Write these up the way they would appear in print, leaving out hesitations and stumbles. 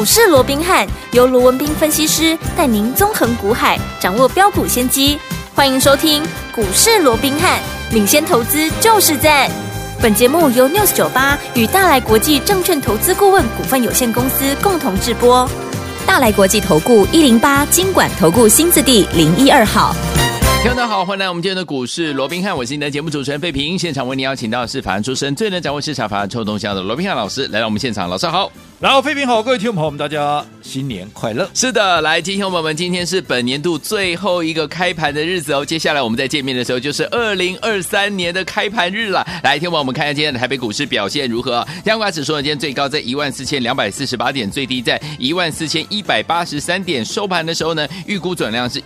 市罗宾汉由罗文彬分析师带您纵横股海，掌握标股先机。欢迎收听股市罗宾汉，领先投资就是赞。本节目由 News98 与大来国际证券投资顾问股份有限公司共同制播。大来国际投顾108金管投顾新字第012号。 听众好，欢迎来我们今天的股市罗宾汉，我是您的节目主持人费平。现场为您邀请到的是法案出身、最能掌握市场法案臭动向的罗宾汉老师来到我们现场，老师好。 然后，费平好，各位听众朋友们，大家新年快乐！ 是的，来，听众朋友们，今天是本年度最后一个开盘的日子哦。接下来我们在见面的时候就是2023年的开盘日了。来，听众朋友们，看一下今天的台北股市表现如何？加权指数呢，今天最高在14248点，最低在14183点。收盘的时候呢，预估总量是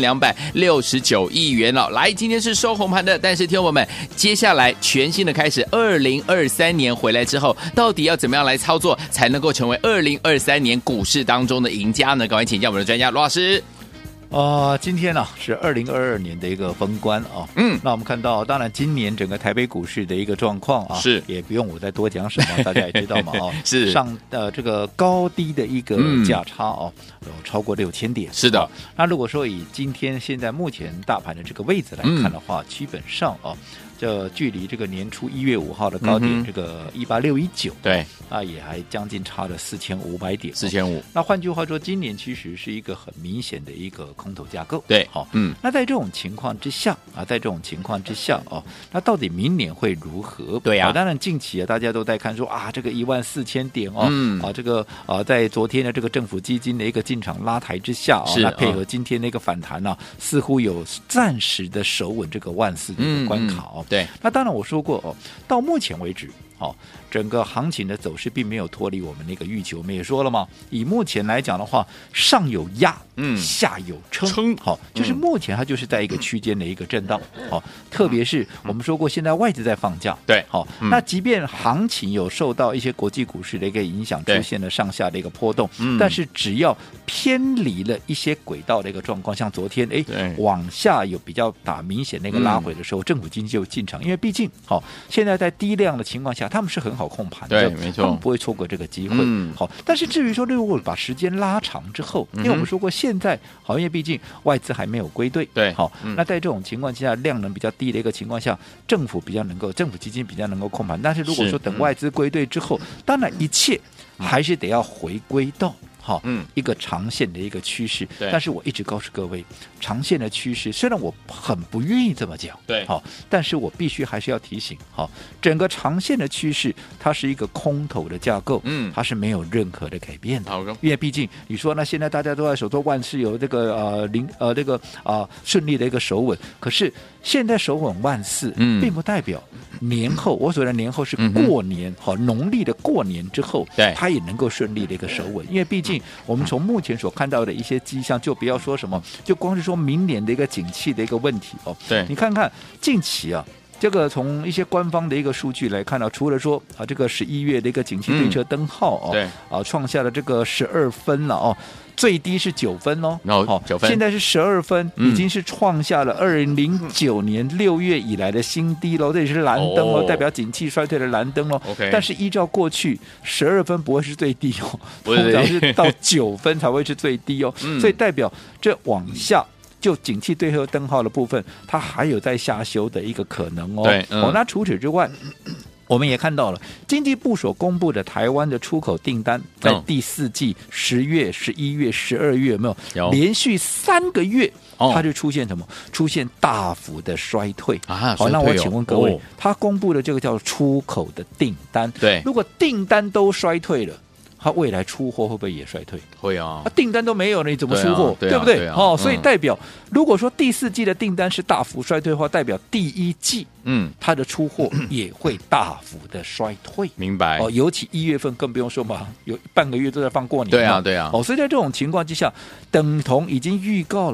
1269亿元了。来，今天是收红盘的，但是听众朋友们，接下来全新的开始，2023年回来之后，到底要怎么样来操作才能够成为2023年股市当中的赢家呢？赶快请教我们的专家罗老师。 今天呢是2022年的一个封关啊，那我们看到，当然今年整个台北股市的一个状况啊， 是也不用我再多讲什么，大家也知道嘛， 是这个高低的一个价差有超过6000点， 是的。 那如果说以今天现在目前大盘的这个位置来看的话，基本上这距离这个年初1月5号的高点，这个18619， 对， 也还将近差了4500点 ，4500。 那换句话说，今年其实是一个很明显的一个空头架构， 对， 好，那在这种情况之下那到底明年会如何？ 对啊， 当然近期大家都在看说这个14000点这个在昨天的这个政府基金的一个进场拉抬之下那配合今天的一个反弹似乎有暂时的守稳这个14000的一个关卡对， 那当然我说过到目前为止整个行情的走势并没有脱离我们那个预期，我们也说了嘛，以目前来讲的话，上有压，下有撑，就是目前它就是在一个区间的一个震荡，特别是我们说过，现在外资在放假， 对， 那即便行情有受到一些国际股市的一个影响，出现了上下的一个波动，但是只要偏离了一些轨道的一个状况，像昨天往下有比较明显的一个拉回的时候，政府经济就进场，因为毕竟现在在低量的情况下，他们是很好控盘的， 对，没错， 他们不会错过这个机会。但是至于说，如果把时间拉长之后，因为我们说过，现在因为毕竟外资还没有归队， 对， 那在这种情况下，量能比较低的一个情况下，政府基金比较能够控盘。但是如果说等外资归队之后，当然一切还是得要回归到一个长线的一个趋势。但是我一直告诉各位，长线的趋势虽然我很不愿意这么讲， 对， 但是我必须还是要提醒，整个长线的趋势它是一个空头的架构，它是没有任何的改变的。因为毕竟你说那现在大家都在手做万事有这个顺利的一个守稳，可是现在守稳万事，并不代表年后，我所谓的年后是过年，农历的过年之后，它也能够顺利的一个守稳。因为毕竟我们从目前所看到的一些迹象，就不要说什么，就光是说明年的一个景气的一个问题对， 你看看近期这个从一些官方的一个数据来看除了说这个11月的一个景气对策灯号对创下了这个12分了最低是9分 9分， 现在是12分，已经是创下了2009年6月以来的新低了，这也是蓝灯代表景气衰退的蓝灯但是依照过去12分不会是最低通常是到9分才会是最低所以代表这往下就景气对策灯号的部分，它还有在下修的一个可能对， 那除此之外，我们也看到了经济部所公布的台湾的出口订单，在第4季10月、11月、12月有没有连续3个月，它就出现什么？出现大幅的衰退好，那我请问各位，它公布的这个叫出口的订单， 对， 如果订单都衰退了，它未来出货会不会也衰退？ 会啊， 订单都没有了，你怎么出货？对不对？所以代表，如果说第4季的订单是大幅衰退的话，代表第1季，它的出货也会大幅的衰退。 明白？ 尤其1月份更不用说嘛，有半个月都在放过年。 对啊。 所以在这种情况之下，等同已经预告了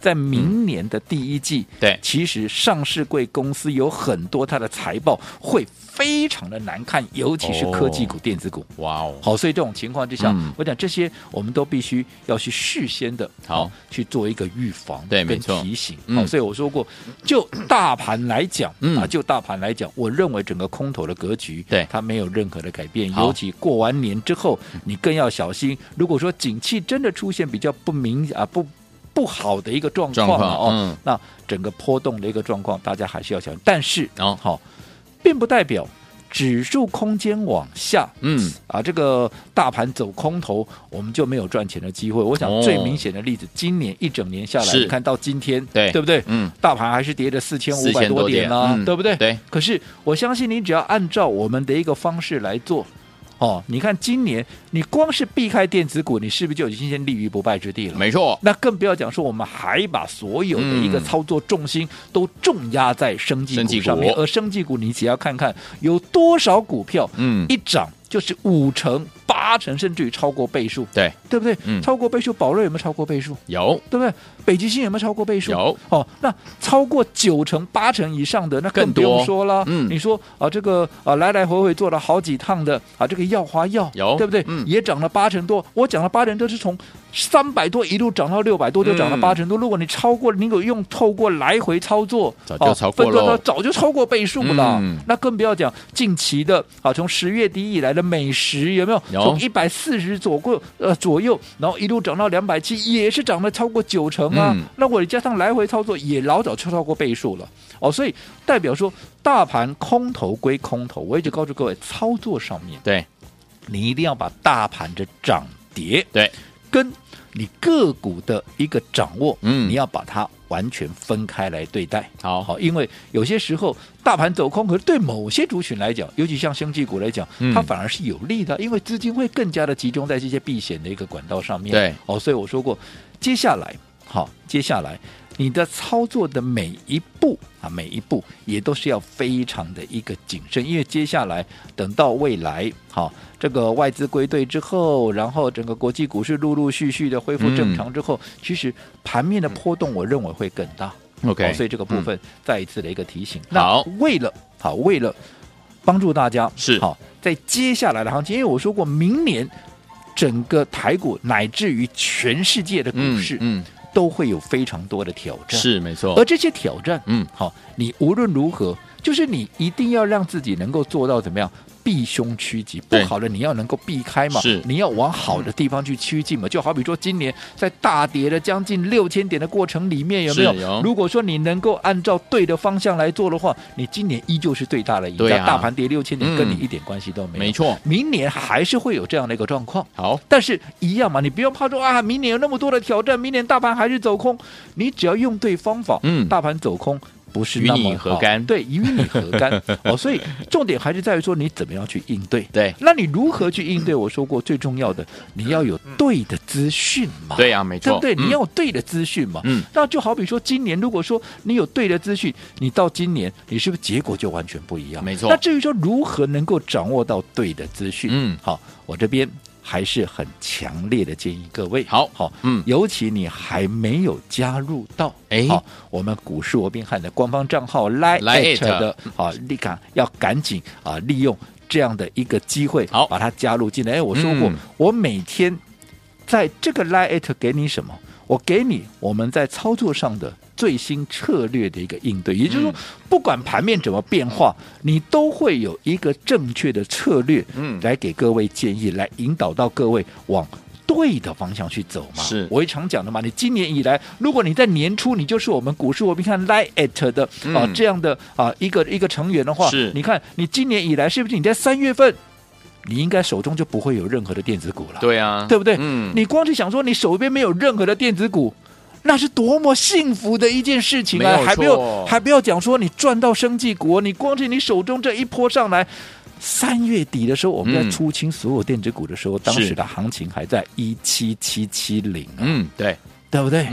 在明年的第一季， 对， 其实上市柜公司有很多它的财报会非常的难看，尤其是科技股、电子股。 哇哦， 好，所以这种情况之下，我讲这些我们都必须要去事先的去做一个预防， 对， 跟提醒。好，所以我说过，就大盘来讲，就大盘来讲，我认为整个空头的格局， 对， 它没有任何的改变。尤其过完年之后，你更要小心。如果说景气真的出现比较不好的一个状况那整个波动的一个状况，大家还是要小心。但是并不代表指数空间往下，这个大盘走空头，我们就没有赚钱的机会。我想最明显的例子，今年一整年下来，你看到今天，对不对？大盘还是跌了4500多点啊，对不对？ 对。 可是我相信你只要按照我们的一个方式来做。你看今年你光是避开电子股，你是不是就已经先立于不败之地了？ 没错。 那更不要讲说我们还把所有的一个操作重心都重压在生技股上面，而生技股你只要看看有多少股票，一涨就是5成、8成，甚至于超过倍数，对不对？超过倍数，宝瑞有没有超过倍数？ 有， 对不对？北极星有没有超过倍数？ 有。 那超过9成、8成以上的，那更不用说了。你说这个来来回回做了好几趟的这个耀华药，有，对不对？也涨了8成多。我讲了8成多是从300多一路涨到600多，就涨了8成多。如果你超过，你有用透过来回操作， 早就超过了， 早就超过倍数了。那更不要讲近期的从10月底以来的美食有没有？从140左右，然后一路涨到270，也是涨了超过9成啊。那我加上来回操作，也老早就超过倍数了。所以代表说，大盘空头归空头，我一直告诉各位，操作上面，对，你一定要把大盘的涨跌，对，跟你个股的一个掌握，你要把它完全分开来对待。好，因为有些时候大盘走空，可是对某些族群来讲，尤其像生技股来讲，它反而是有利的，因为资金会更加的集中在这些避险的一个管道上面。对，所以我说过，接下来你的操作的每一步也都是要非常的一个谨慎，因为接下来等到未来这个外资归队之后，然后整个国际股市陆陆续续的恢复正常之后，其实盘面的波动我认为会更大。OK，所以这个部分再一次的一个提醒。那为了帮助大家在接下来的行情，因为我说过，明年整个台股乃至于全世界的股市，都会有非常多的挑战，是没错。而这些挑战，你无论如何，就是你一定要让自己能够做到怎么样？避凶趋吉，不好的你要能够避开嘛，你要往好的地方去趋近嘛。就好比说今年在大跌了将近6000点的过程里面，有没有？如果说你能够按照对的方向来做的话，你今年依旧是最大的赢家。大盘跌6000点跟你一点关系都没有，没错。明年还是会有这样的一个状况。好，但是一样嘛，你不用怕说明年有那么多的挑战，明年大盘还是走空，你只要用对方法，大盘走空不是那么好，与你何干？对，与你何干？所以重点还是在于说你怎么样去应对。对，那你如何去应对？我说过，最重要的你要有对的资讯嘛。对啊，没错，对不对？你要有对的资讯嘛。那就好比说今年，如果说你有对的资讯，你到今年你是不是结果就完全不一样？没错。那至于说如何能够掌握到对的资讯，好，我这边还是很强烈的建议各位，尤其你还没有加入到我们股市罗宾汉的官方账号 Line@ 的要赶紧利用这样的一个机会，把它加入进来。我说过，我每天在这个 Line@ 给你什么？我给你我们在操作上的最新策略的一个应对，也就是说，不管盘面怎么变化，你都会有一个正确的策略，来给各位建议，来引导到各位往对的方向去走嘛。是，我也常讲的嘛。你今年以来，如果你在年初你就是我们股市罗宾汉 Line@ 的这样的一个成员的话，是，你看你今年以来是不是你在3月份？你应该手中就不会有任何的电子股了，对啊，对不对？你光是想说你手边没有任何的电子股，那是多么幸福的一件事情啊！还不要讲说你赚到生技股，你光是你手中这一波上来，3月底的时候我们在出清所有电子股的时候，当时的行情还在17770，对不对？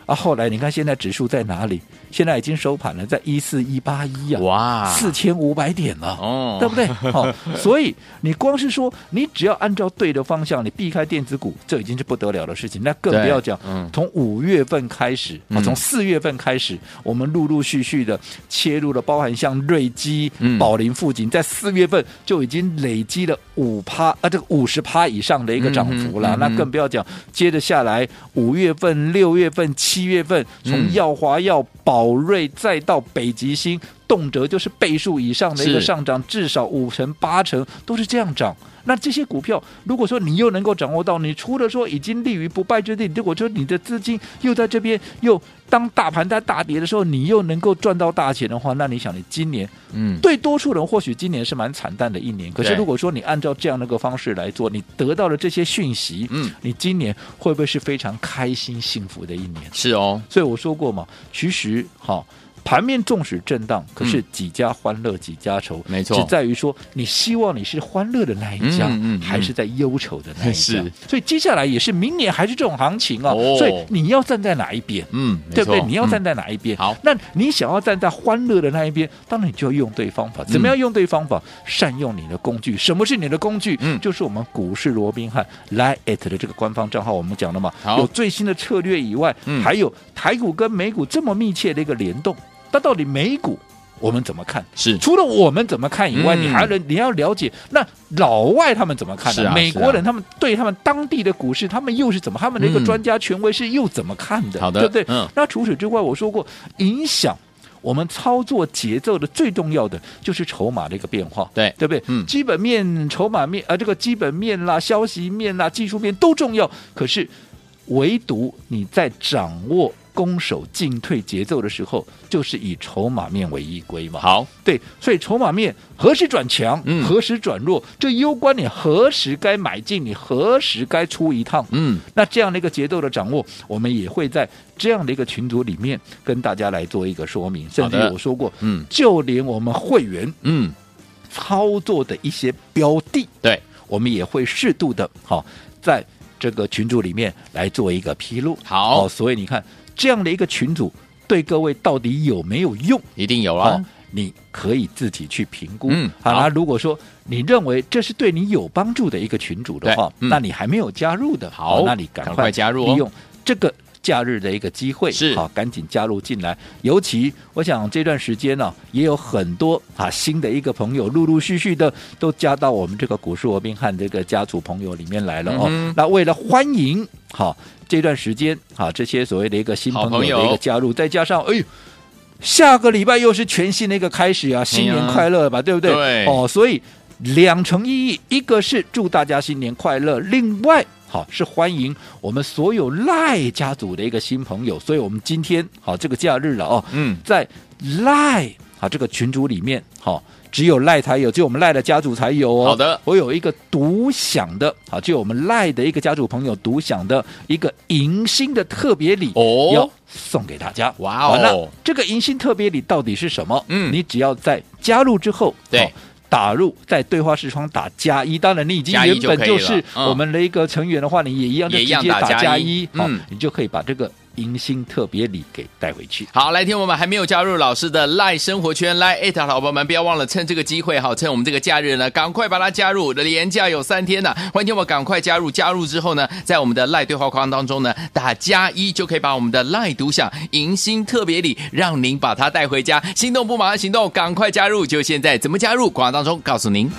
后来你看现在指数在哪里？现在已经收盘了，在14181啊，哇，4500点了，哦，对不对？好，所以你光是说你只要按照对的方向，你避开电子股，这已经是不得了的事情。那更不要讲，从5月份开始，从4月份开始，我们陆陆续续的切入了，包含像瑞基、宝林、富锦，在4月份就已经累积了5%这个50%以上的一个涨幅了。那更不要讲，接着下来5月份、6月份、7月份，从耀华药、宝瑞再到北极星，动辄就是倍数以上的一个上涨，至少5成8成都是这样涨。那这些股票，如果说你又能够掌握到，你除了说已经立于不败之地，如果说你的资金又在这边，又当大盘在大跌的时候，你又能够赚到大钱的话，那你想，你今年，对多数人或许今年是蛮惨淡的一年。可是如果说你按照这样的一个方式来做，你得到了这些讯息，你今年会不会是非常开心幸福的一年？ 是哦， 所以我说过嘛，其实盘面纵使震荡，可是几家欢乐几家愁， 没错， 只在于说你希望你是欢乐的那一家，还是在忧愁的那一家。所以接下来也是明年还是这种行情啊，所以你要站在哪一边？对不对？你要站在哪一边？好，那你想要站在欢乐的那一边，当然你就要用对方法。怎么样用对方法？善用你的工具。什么是你的工具？就是我们股市罗宾汉 Line@ 的这个官方账号，我们讲了嘛，有最新的策略以外，还有台股跟美股这么密切的一个联动。那到底美股我们怎么看？ 是除了我们怎么看以外，你要了解那老外他们怎么看的？美国人他们对他们当地的股市，他们又是怎么？他们的一个专家权威是又怎么看的？ 好的， 对不对？那除此之外，我说过，影响我们操作节奏的最重要的就是筹码的一个变化， 对不对？基本面、筹码面这个基本面啦、消息面啦、技术面都重要，可是唯独你在掌握攻守进退节奏的时候，就是以筹码面为依归嘛。 好， 对，所以筹码面何时转强，何时转弱，这攸关你何时该买进，你何时该出一趟。那这样的一个节奏的掌握，我们也会在这样的一个群组里面跟大家来做一个说明。甚至我说过，就连我们会员操作的一些标的， 对， 我们也会适度的在这个群组里面来做一个披露。 好， 所以你看这样的一个群组对各位到底有没有用？ 一定有啊， 你可以自己去评估。好，那如果说你认为这是对你有帮助的一个群组的话，那你还没有加入的，好，那你赶快加入， 利用这个假日的一个机会， 是赶紧加入进来。尤其我想这段时间呢，也有很多新的一个朋友陆陆续续的都加到我们这个股市罗宾汉这个家族朋友里面来了那为了欢迎这段时间这些所谓的一个新朋友的一个加入，再加上下个礼拜又是全新的一个开始啊，新年快乐吧，对不对？ 对所以两层意义，一个是祝大家新年快乐，另外是欢迎我们所有赖家族的一个新朋友。所以我们今天这个假日了在赖这个群组里面只有赖才有，只有我们赖的家族才有好的， 我有一个独享的只有我们赖的一个家族朋友独享的一个迎新的特别礼要送给大家。 哇哦！ 那这个迎新特别礼到底是什么？你只要在加入之后， 对。 打入在对话视窗打+1，当然你已经原本就是我们的一个成员的话，你也一样就直接打+1，你就可以把这个迎新特别礼给带回去。 好，来听我们还没有加入老师的 LINE 生活圈 LINE@ 的老朋友们，不要忘了趁这个机会趁我们这个假日呢，赶快把它加入。连假有3天呢，欢迎我们赶快加入。加入之后呢，在我们的 LINE 对话框当中呢，打+1就可以把我们的 LINE 独享迎新特别礼，让您把它带回家。心动不马上行动，赶快加入，就现在！怎么加入？广告当中告诉您。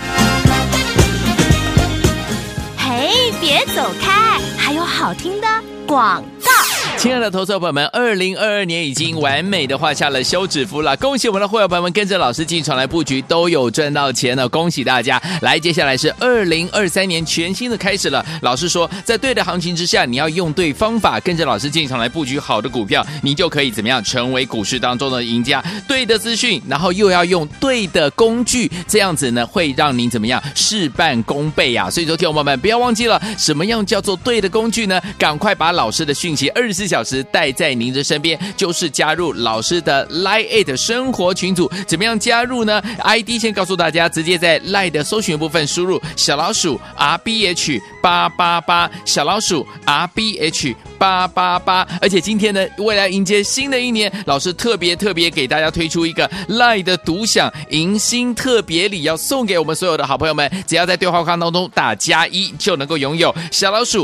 嘿，别走开，还有好听的广告。 亲爱的投资者朋友们，2022年已经完美的画下了休止符了，恭喜我们的会员朋友们跟着老师进场来布局，都有赚到钱了，恭喜大家！来，接下来是2023年全新的开始了。老师说，在对的行情之下，你要用对方法，跟着老师进场来布局好的股票，你就可以怎么样成为股市当中的赢家？对的资讯，然后又要用对的工具，这样子呢，会让您怎么样事半功倍啊！所以说，听众朋友们不要忘记了，什么样叫做对的工具呢？赶快把老师的讯息24小时带在您的身边，就是加入老师的 LINE@ 生活群组。怎么样加入呢？ ID 先告诉大家，直接在 LINE 的搜寻部分输入小老鼠 RBH888，小老鼠 RBH888 888，而且今天呢，为了迎接新的一年，老师特别给大家推出一个 LINE 的独享迎新特别礼，要送给我们所有的好朋友们，只要在对话框当中打+1就能够拥有小老鼠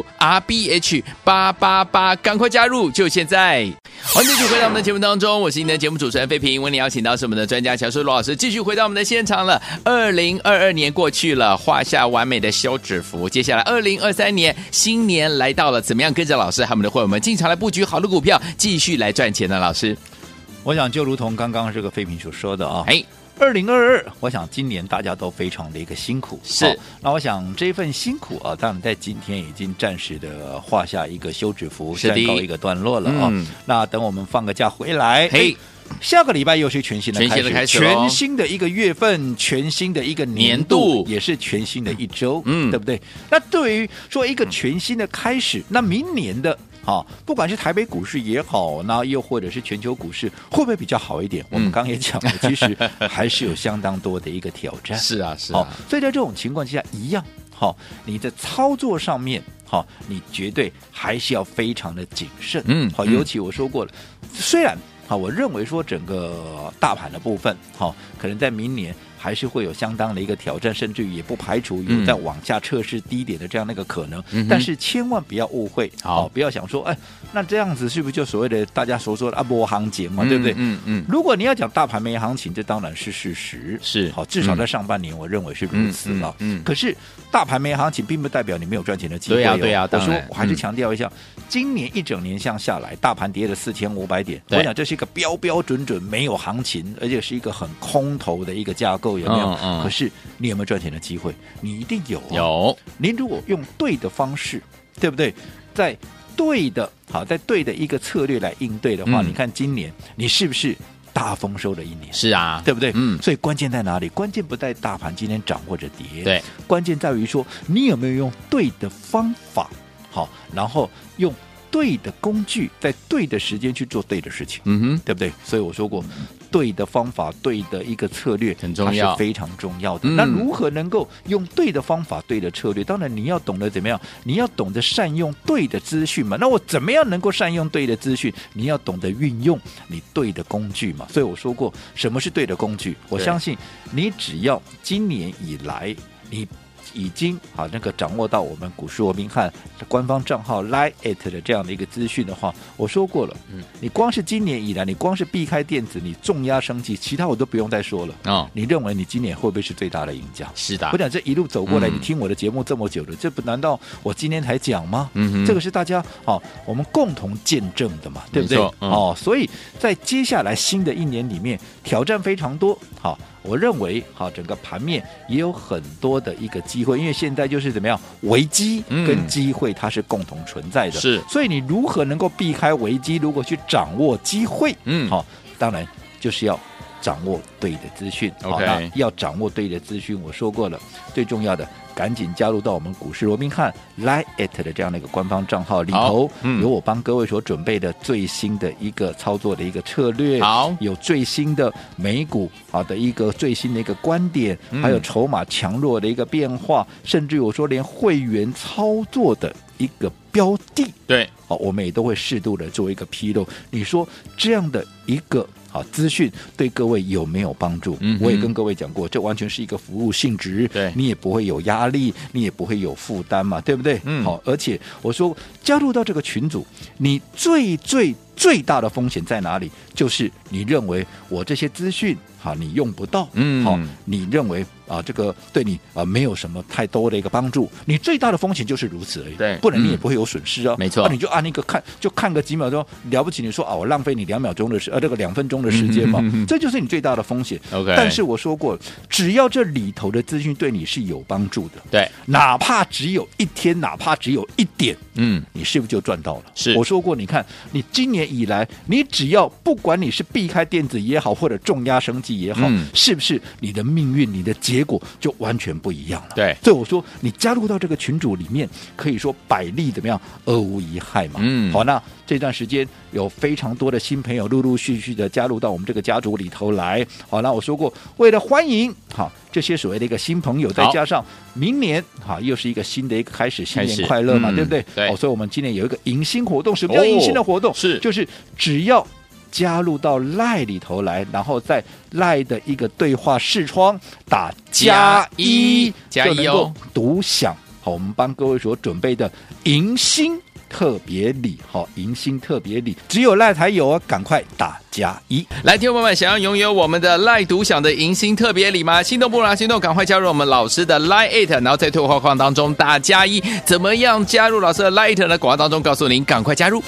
RBH888，赶快加入，就现在！欢迎继续回到我们的节目当中，我是您的节目主持人费平，为您邀请到是我们的专家乔叔罗老师，继续回到我们的现场了。2022年过去了，画下完美的休止符，接下来2023年新年来到了，怎么样跟着老师和我们的会员们进场来布局好的股票，继续来赚钱呢？老师， 我想就如同刚刚这个费平所说的啊，2022，我想今年大家都非常的一个辛苦， 是。 那我想这份辛苦啊，当然在今天已经暂时的画下一个休止符，暂告一个段落了啊。那等我们放个假回来，下个礼拜又是全新的开始，全新的一个月份，全新的一个年度，也是全新的一周，对不对？那对于说一个全新的开始，那明年的不管是台北股市也好，那又或者是全球股市，会不会比较好一点？我们刚刚也讲了，其实还是有相当多的一个挑战。 是啊。 所以在这种情况之下，一样，你的操作上面，你绝对还是要非常的谨慎。尤其我说过了，虽然我认为说整个大盘的部分，可能在明年还是会有相当的一个挑战，甚至于也不排除有在往下测试低点的这样的一个可能。但是千万不要误会，不要想说，那这样子是不是就所谓的大家所说的没行情嘛，对不对？如果你要讲大盘没行情，这当然是事实， 是至少在上半年，我认为是如此了。可是大盘没行情，并不代表你没有赚钱的机会。 对啊， 我说我还是强调一下，今年一整年向下来，大盘跌了4500点，我想这是一个标标准准没有行情，而且是一个很空头的一个架构，有没有？可是你有没有赚钱的机会？你一定有。您如果用对的方式，对不对？在对的一个策略来应对的话，你看今年你是不是大丰收的一年？ 是啊， 对不对？所以关键在哪里？关键不在大盘今天涨或者跌， 对， 关键在于说你有没有用对的方法，然后用对的工具，在对的时间去做对的事情，对不对？所以我说过，对的方法，对的一个策略很重要，它是非常重要的。那如何能够用对的方法、对的策略？当然你要懂得怎么样，你要懂得善用对的资讯嘛。那我怎么样能够善用对的资讯？你要懂得运用你对的工具嘛。所以我说过，什么是对的工具？我相信你只要今年以来你已经那个掌握到我们股市罗宾汉官方账号 Line@ 的这样的一个资讯的话，我说过了，你光是今年以来，你光是避开电子，你重压升级，其他我都不用再说了。你认为你今年会不会是最大的赢家？ 是的， 我讲这一路走过来，你听我的节目这么久了，这不难道我今天才讲吗？这个是大家我们共同见证的嘛，对不对？所以在接下来新的一年里面，挑战非常多。我认为整个盘面也有很多的一个机会，因为现在就是怎么样，危机跟机会它是共同存在的， 是， 所以你如何能够避开危机，如果去掌握机会，当然就是要掌握对的资讯。那要掌握对的资讯，我说过了，最重要的，赶紧加入到我们股市罗宾汉 Line@ 的这样的一个官方账号里头，有我帮各位所准备的最新的一个操作的一个策略，有最新的美股的一个最新的一个观点，还有筹码强弱的一个变化，甚至我说连会员操作的一个标的， 对， 我们也都会适度的做一个披露。你说这样的一个资讯对各位有没有帮助？我也跟各位讲过，这完全是一个服务性质， 对， 你也不会有压力，你也不会有负担嘛，对不对？而且我说加入到这个群组，你最大的风险在哪里？就是你认为我这些资讯你用不到，你认为这个对你没有什么太多的一个帮助，你最大的风险就是如此而已， 对， 不然你也不会有损失啊， 没错， 你就按那个看个几秒钟，了不起你说我浪费你2秒钟的这个2分钟的时间嘛，这就是你最大的风险。但是我说过，只要这里头的资讯对你是有帮助的， 对， 哪怕只有一天，哪怕只有1点，你是不是就赚到了？ 是， 我说过，你看你今年以来，你只要不管你是避开电子也好，或者重压升级也好，是不是你的命运、你的结果就完全不一样了？ 对， 所以我说你加入到这个群组里面，可以说百利怎么样，而无一害嘛。好，那这段时间有非常多的新朋友陆陆续续的加入到我们这个家族里头来。好，那我说过，为了欢迎这些所谓的一个新朋友，再加上明年又是一个新的一个开始，新年快乐嘛，对不对？ 对， 所以我们今年有一个迎新活动，什么叫迎新的活动？ 是就是只要加入到 LINE 里头来，然后在 LINE 的一个对话视窗打+1，就能够独享我们帮各位所准备的迎新特别礼，迎新特别礼，只有 LINE 才有啊，赶快打+1。 来，听众朋友们，想要拥有我们的 LINE 独享的迎新特别礼吗？心动不如行动，赶快加入我们老师的 LINE@， 然后在对话框当中打+1。怎么样加入老师的 LINE 呢？广告当中告诉您，赶快加入。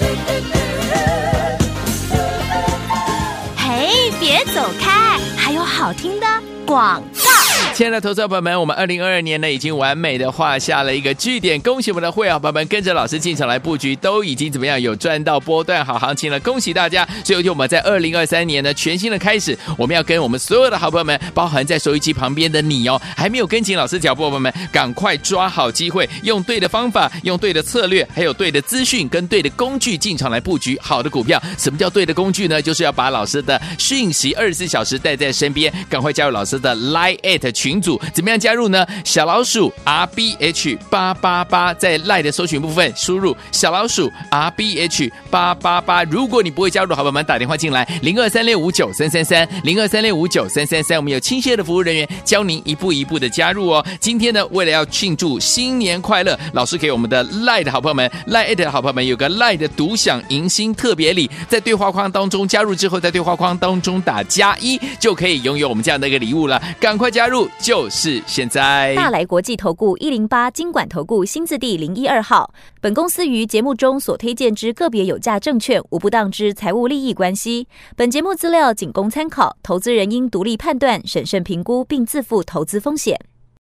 嘿，别走开，还有好听的广告。 亲爱的投资者朋友们，我们2022年呢已经完美的画下了一个句点，恭喜我们的会员伙伴们跟着老师进场来布局，都已经怎么样有赚到波段好行情了，恭喜大家！所以我们在2023年呢全新的开始，我们要跟我们所有的好朋友们，包含在收音机旁边的你哦，还没有跟紧老师脚步的朋友们，赶快抓好机会，用对的方法，用对的策略，还有对的资讯跟对的工具进场来布局好的股票。什么叫对的工具呢？就是要把老师的讯息24小时带在身边，赶快加入老师的 LINE@ 群组。怎么样加入呢？小老鼠 RBH888， 在 LINE 的搜寻部分输入小老鼠 RBH888。如果你不会加入的好朋友们，打电话进来0236593333 0236593333，我们有亲切的服务人员教您一步一步的加入哦。今天呢，为了要庆祝新年快乐，老师给我们的 LINE 的好朋友们 LINE@ 的好朋友们有个 LINE 的独享迎新特别礼，在对话框当中加入之后，在对话框当中打+1，就可以拥有我们这样的一个礼物了，赶快加入就是现在。 大来国际投顾108金管投顾新字第012号。本公司于节目中所推荐之个别有价证券，无不当之财务利益关系。本节目资料仅供参考，投资人应独立判断、审慎评估，并自负投资风险。